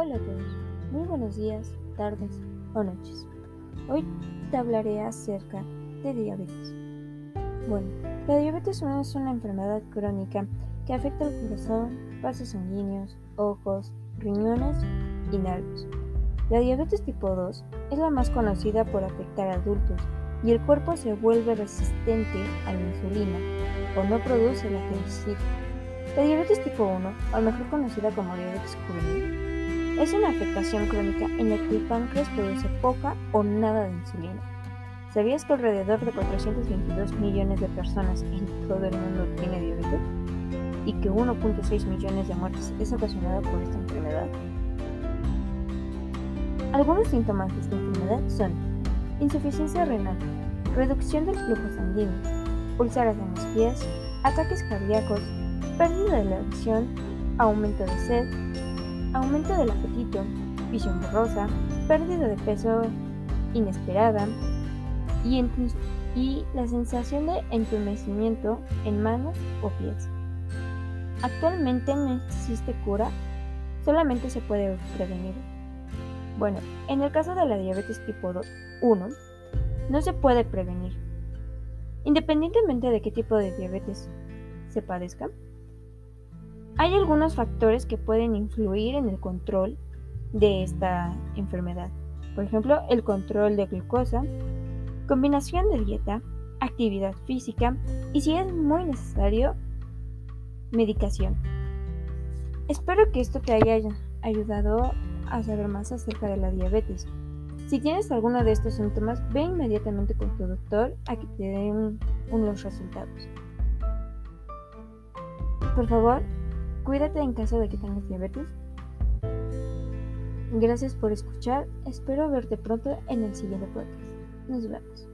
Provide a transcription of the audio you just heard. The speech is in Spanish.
Hola a todos, muy buenos días, tardes o noches. Hoy te hablaré acerca de diabetes. Bueno, la diabetes no es una enfermedad crónica que afecta al corazón, vasos sanguíneos, ojos, riñones y nervios. La diabetes tipo 2 es la más conocida por afectar a adultos y el cuerpo se vuelve resistente a la insulina o no produce la que necesita. La diabetes tipo 1, o mejor conocida como diabetes juvenil, es una afectación crónica en la que el páncreas produce poca o nada de insulina. ¿Sabías que alrededor de 422 millones de personas en todo el mundo tiene diabetes? Y que 1.6 millones de muertes es ocasionada por esta enfermedad. Algunos síntomas de esta enfermedad son insuficiencia renal, reducción del flujo sanguíneo, úlceras en los pies, ataques cardíacos, pérdida de la visión, aumento de sed, aumento del apetito, visión borrosa, pérdida de peso inesperada y la sensación de entumecimiento en manos o pies. Actualmente no existe cura, solamente se puede prevenir. Bueno, en el caso de la diabetes tipo 1, no se puede prevenir. Independientemente de qué tipo de diabetes se padezca, hay algunos factores que pueden influir en el control de esta enfermedad. Por ejemplo, el control de glucosa, combinación de dieta, actividad física y, si es muy necesario, medicación. Espero que esto te haya ayudado a saber más acerca de la diabetes. Si tienes alguno de estos síntomas, ve inmediatamente con tu doctor a que te den unos resultados. Por favor, cuídate en caso de que tengas diabetes. Gracias por escuchar. Espero verte pronto en el siguiente podcast. Nos vemos.